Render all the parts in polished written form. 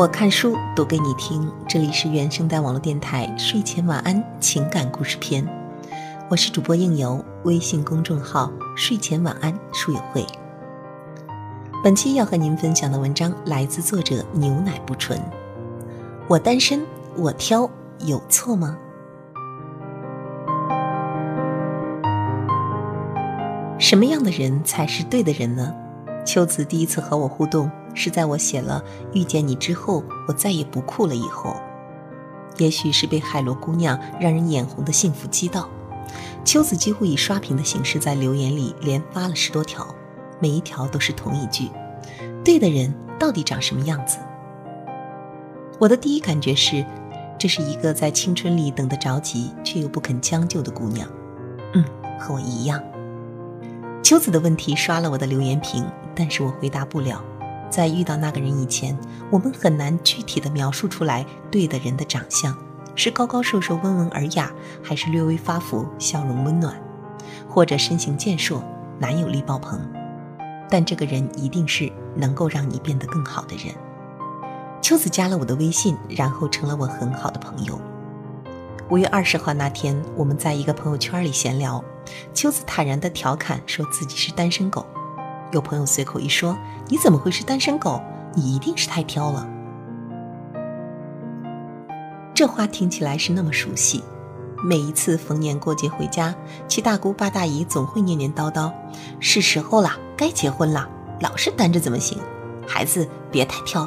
我看书读给你听，这里是原声带网络电台睡前晚安情感故事篇，我是主播应由，微信公众号睡前晚安书友会。本期要和您分享的文章来自作者牛奶不纯。我单身，我挑，有错吗？什么样的人才是对的人呢？秋子第一次和我互动是在我写了遇见你之后我再也不哭了以后，也许是被海螺姑娘让人眼红的幸福击到，秋子几乎以刷屏的形式在留言里连发了10多条，每一条都是同一句：对的人到底长什么样子？我的第一感觉是，这是一个在青春里等得着急却又不肯将就的姑娘。和我一样。秋子的问题刷了我的留言屏，但是我回答不了。在遇到那个人以前，我们很难具体地描述出来对的人的长相，是高高瘦瘦温文尔雅，还是略微发福笑容温暖，或者身形健硕男友力爆棚。但这个人一定是能够让你变得更好的人。秋子加了我的微信，然后成了我很好的朋友。5月20号那天，我们在一个朋友圈里闲聊，秋子坦然地调侃说自己是单身狗。有朋友随口一说，你怎么会是单身狗？你一定是太挑了。这话听起来是那么熟悉，每一次逢年过节回家，七大姑八大姨总会念念叨叨，是时候啦，该结婚啦，老是单着怎么行？孩子别太挑。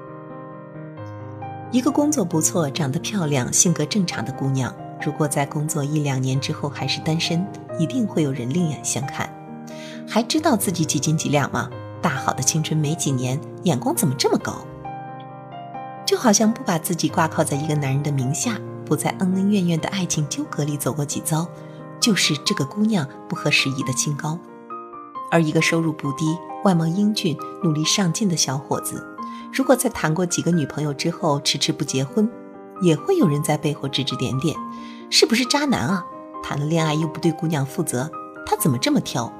一个工作不错、长得漂亮、性格正常的姑娘，如果在工作1-2年之后还是单身，一定会有人另眼相看。还知道自己几斤几两吗？大好的青春没几年，眼光怎么这么高？就好像不把自己挂靠在一个男人的名下，不在恩恩怨怨的爱情纠葛里走过几遭，就是这个姑娘不合时宜的清高。而一个收入不低、外貌英俊、努力上进的小伙子，如果在谈过几个女朋友之后迟迟不结婚，也会有人在背后指指点点，是不是渣男啊？谈了恋爱又不对姑娘负责，他怎么这么挑？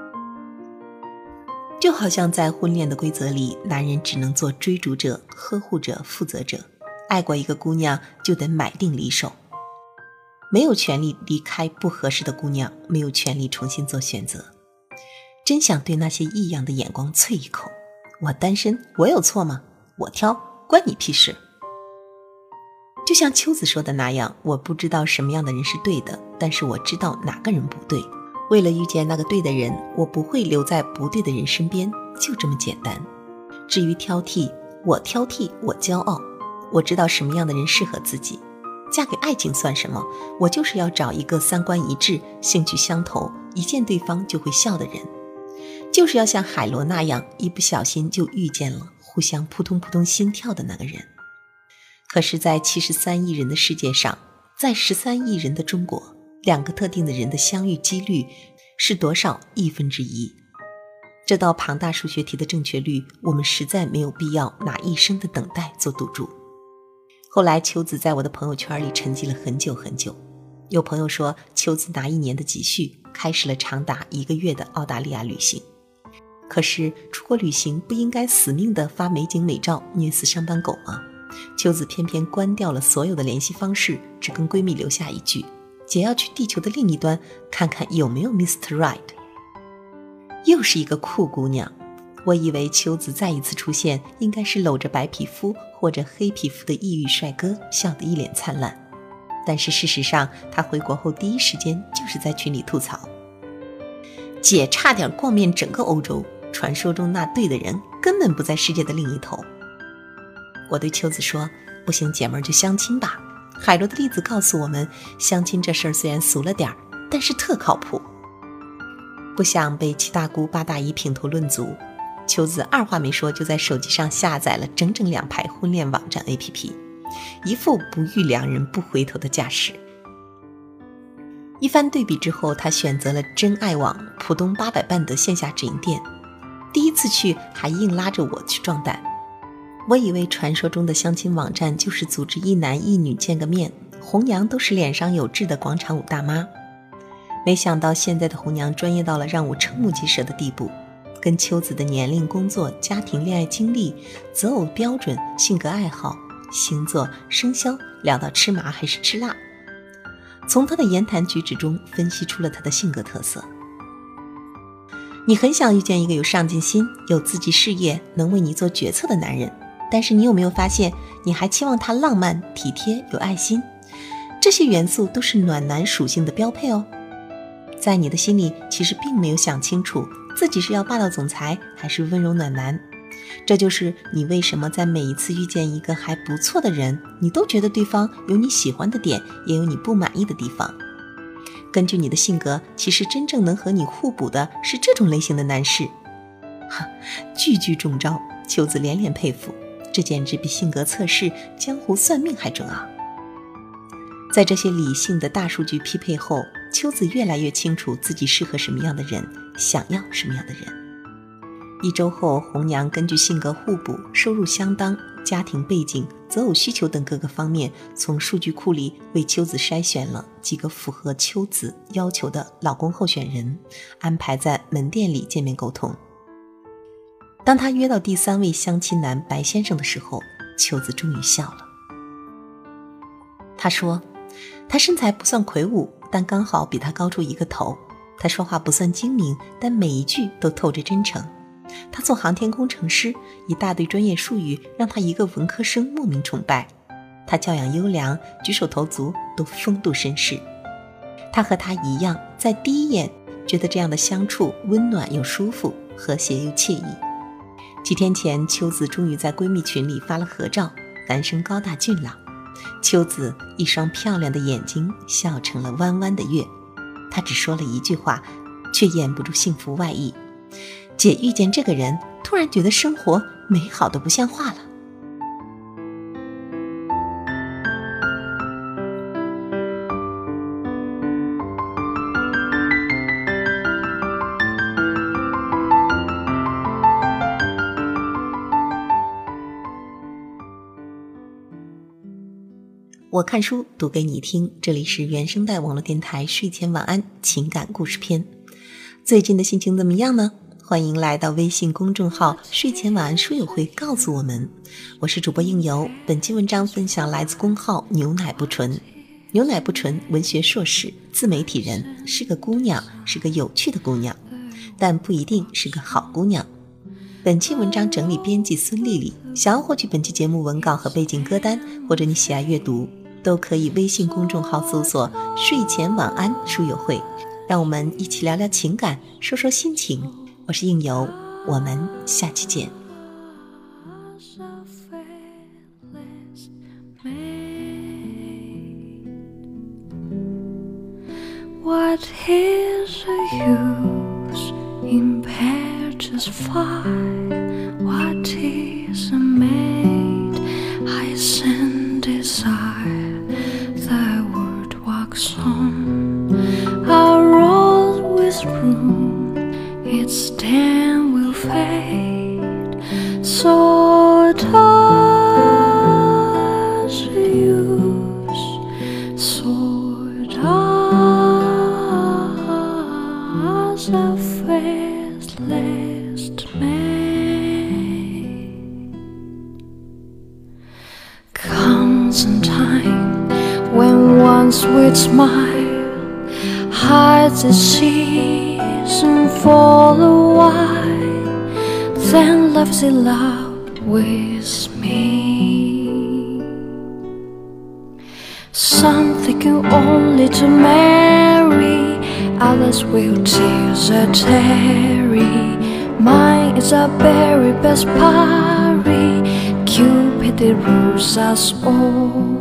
就好像在婚恋的规则里，男人只能做追逐者、呵护者、负责者，爱过一个姑娘就得买定离手，没有权利离开不合适的姑娘，没有权利重新做选择。真想对那些异样的眼光啐一口，我单身，我有错吗？我挑，关你屁事。就像秋子说的那样，我不知道什么样的人是对的，但是我知道哪个人不对。为了遇见那个对的人，我不会留在不对的人身边，就这么简单。至于挑剔，我挑剔，我骄傲。我知道什么样的人适合自己。嫁给爱情算什么？我就是要找一个三观一致、兴趣相投，一见对方就会笑的人。就是要像海螺那样，一不小心就遇见了，互相扑通扑通心跳的那个人。可是在73亿人的世界上，在13亿人的中国，2个特定的人的相遇几率是多少1/1000？这道庞大数学题的正确率，我们实在没有必要拿一生的等待做赌注。后来秋子在我的朋友圈里沉寂了很久很久，有朋友说秋子拿1年的积蓄开始了长达1个月的澳大利亚旅行。可是出国旅行不应该死命地发美景美照虐死上班狗吗？秋子偏偏关掉了所有的联系方式，只跟闺蜜留下一句：姐要去地球的另一端看看有没有 Mr. Right。 又是一个酷姑娘。我以为秋子再一次出现应该是搂着白皮肤或者黑皮肤的异域帅哥，笑得一脸灿烂。但是事实上，他回国后第一时间就是在群里吐槽：姐差点逛遍整个欧洲，传说中那对的人根本不在世界的另一头。我对秋子说：不行，姐们儿就相亲吧。海螺的例子告诉我们，相亲这事儿虽然俗了点，但是特靠谱。不想被七大姑八大姨品头论足，秋子二话没说就在手机上下载了整整2排婚恋网站 APP， 一副不遇良人不回头的架势。一番对比之后，他选择了真爱网浦东800办的线下直营店，第一次去还硬拉着我去壮胆。我以为传说中的相亲网站就是组织一男一女见个面，红娘都是脸上有痣的广场舞大妈，没想到现在的红娘专业到了让我瞠目结舌的地步。 跟秋子的年龄、工作、家庭、恋爱经历、择偶标准、性格爱好、星座、生肖聊到吃麻还是吃辣，从他的言谈举止中分析出了他的性格特色。你很想遇见一个有上进心、有自己事业、能为你做决策的男人，但是你有没有发现，你还期望他浪漫、体贴、有爱心？这些元素都是暖男属性的标配哦。在你的心里，其实并没有想清楚自己是要霸道总裁还是温柔暖男。这就是你为什么在每一次遇见一个还不错的人，你都觉得对方有你喜欢的点，也有你不满意的地方。根据你的性格，其实真正能和你互补的是这种类型的男士。句句中招，秋子连连佩服，这简直比性格测试、江湖算命还准啊！在这些理性的大数据匹配后，秋子越来越清楚自己适合什么样的人，想要什么样的人。1周后，红娘根据性格互补、收入相当、家庭背景、择偶需求等各个方面，从数据库里为秋子筛选了几个符合秋子要求的老公候选人，安排在门店里见面沟通。当他约到第3位相亲男白先生的时候，秋子终于笑了。他说，他身材不算魁梧，但刚好比他高出1个头。他说话不算精明，但每一句都透着真诚。他做航天工程师，一大堆专业术语让他一个文科生莫名崇拜。他教养优良，举手投足都风度绅士。他和他一样，在第一眼觉得这样的相处温暖又舒服，和谐又惬意。几天前，秋子终于在闺蜜群里发了合照，男生高大俊朗，秋子一双漂亮的眼睛笑成了弯弯的月。她只说了一句话，却掩不住幸福外溢。姐遇见这个人，突然觉得生活美好的不像话了。我看书读给你听，这里是原声带网络电台睡前晚安情感故事篇。最近的心情怎么样呢？欢迎来到微信公众号睡前晚安书友会告诉我们，我是主播应由。本期文章分享来自公号牛奶不纯。牛奶不纯文学硕士，自媒体人，是个姑娘，是个有趣的姑娘，但不一定是个好姑娘。本期文章整理编辑孙丽丽。想要获取本期节目文稿和背景歌单，或者你喜爱阅读，都可以微信公众号搜索睡前晚安书友会，让我们一起聊聊情感，说说心情。我是应由，我们下期见。What is the use in pages fine? What is a maid I send desire? The word walks on, our rose with room, its stem will fade. So does use, so does a faithless maid. Comes a time when one sweet smile hides its season for a while, then laughs it loud with me. Some thinking only to marry, others will tears a tarry. Mine is our very best parry. Cupid rules us all.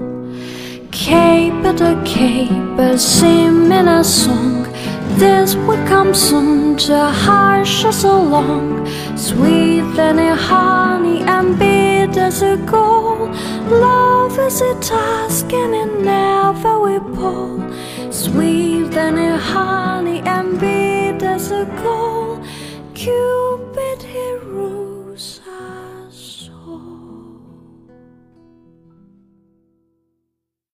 Caper the caper, sing in a song. This will come soon, the hush is so long. Sweet than a honey and bitter as a gold. Love is a task and it never will pull. Sweet than a honey and bitter as a gold.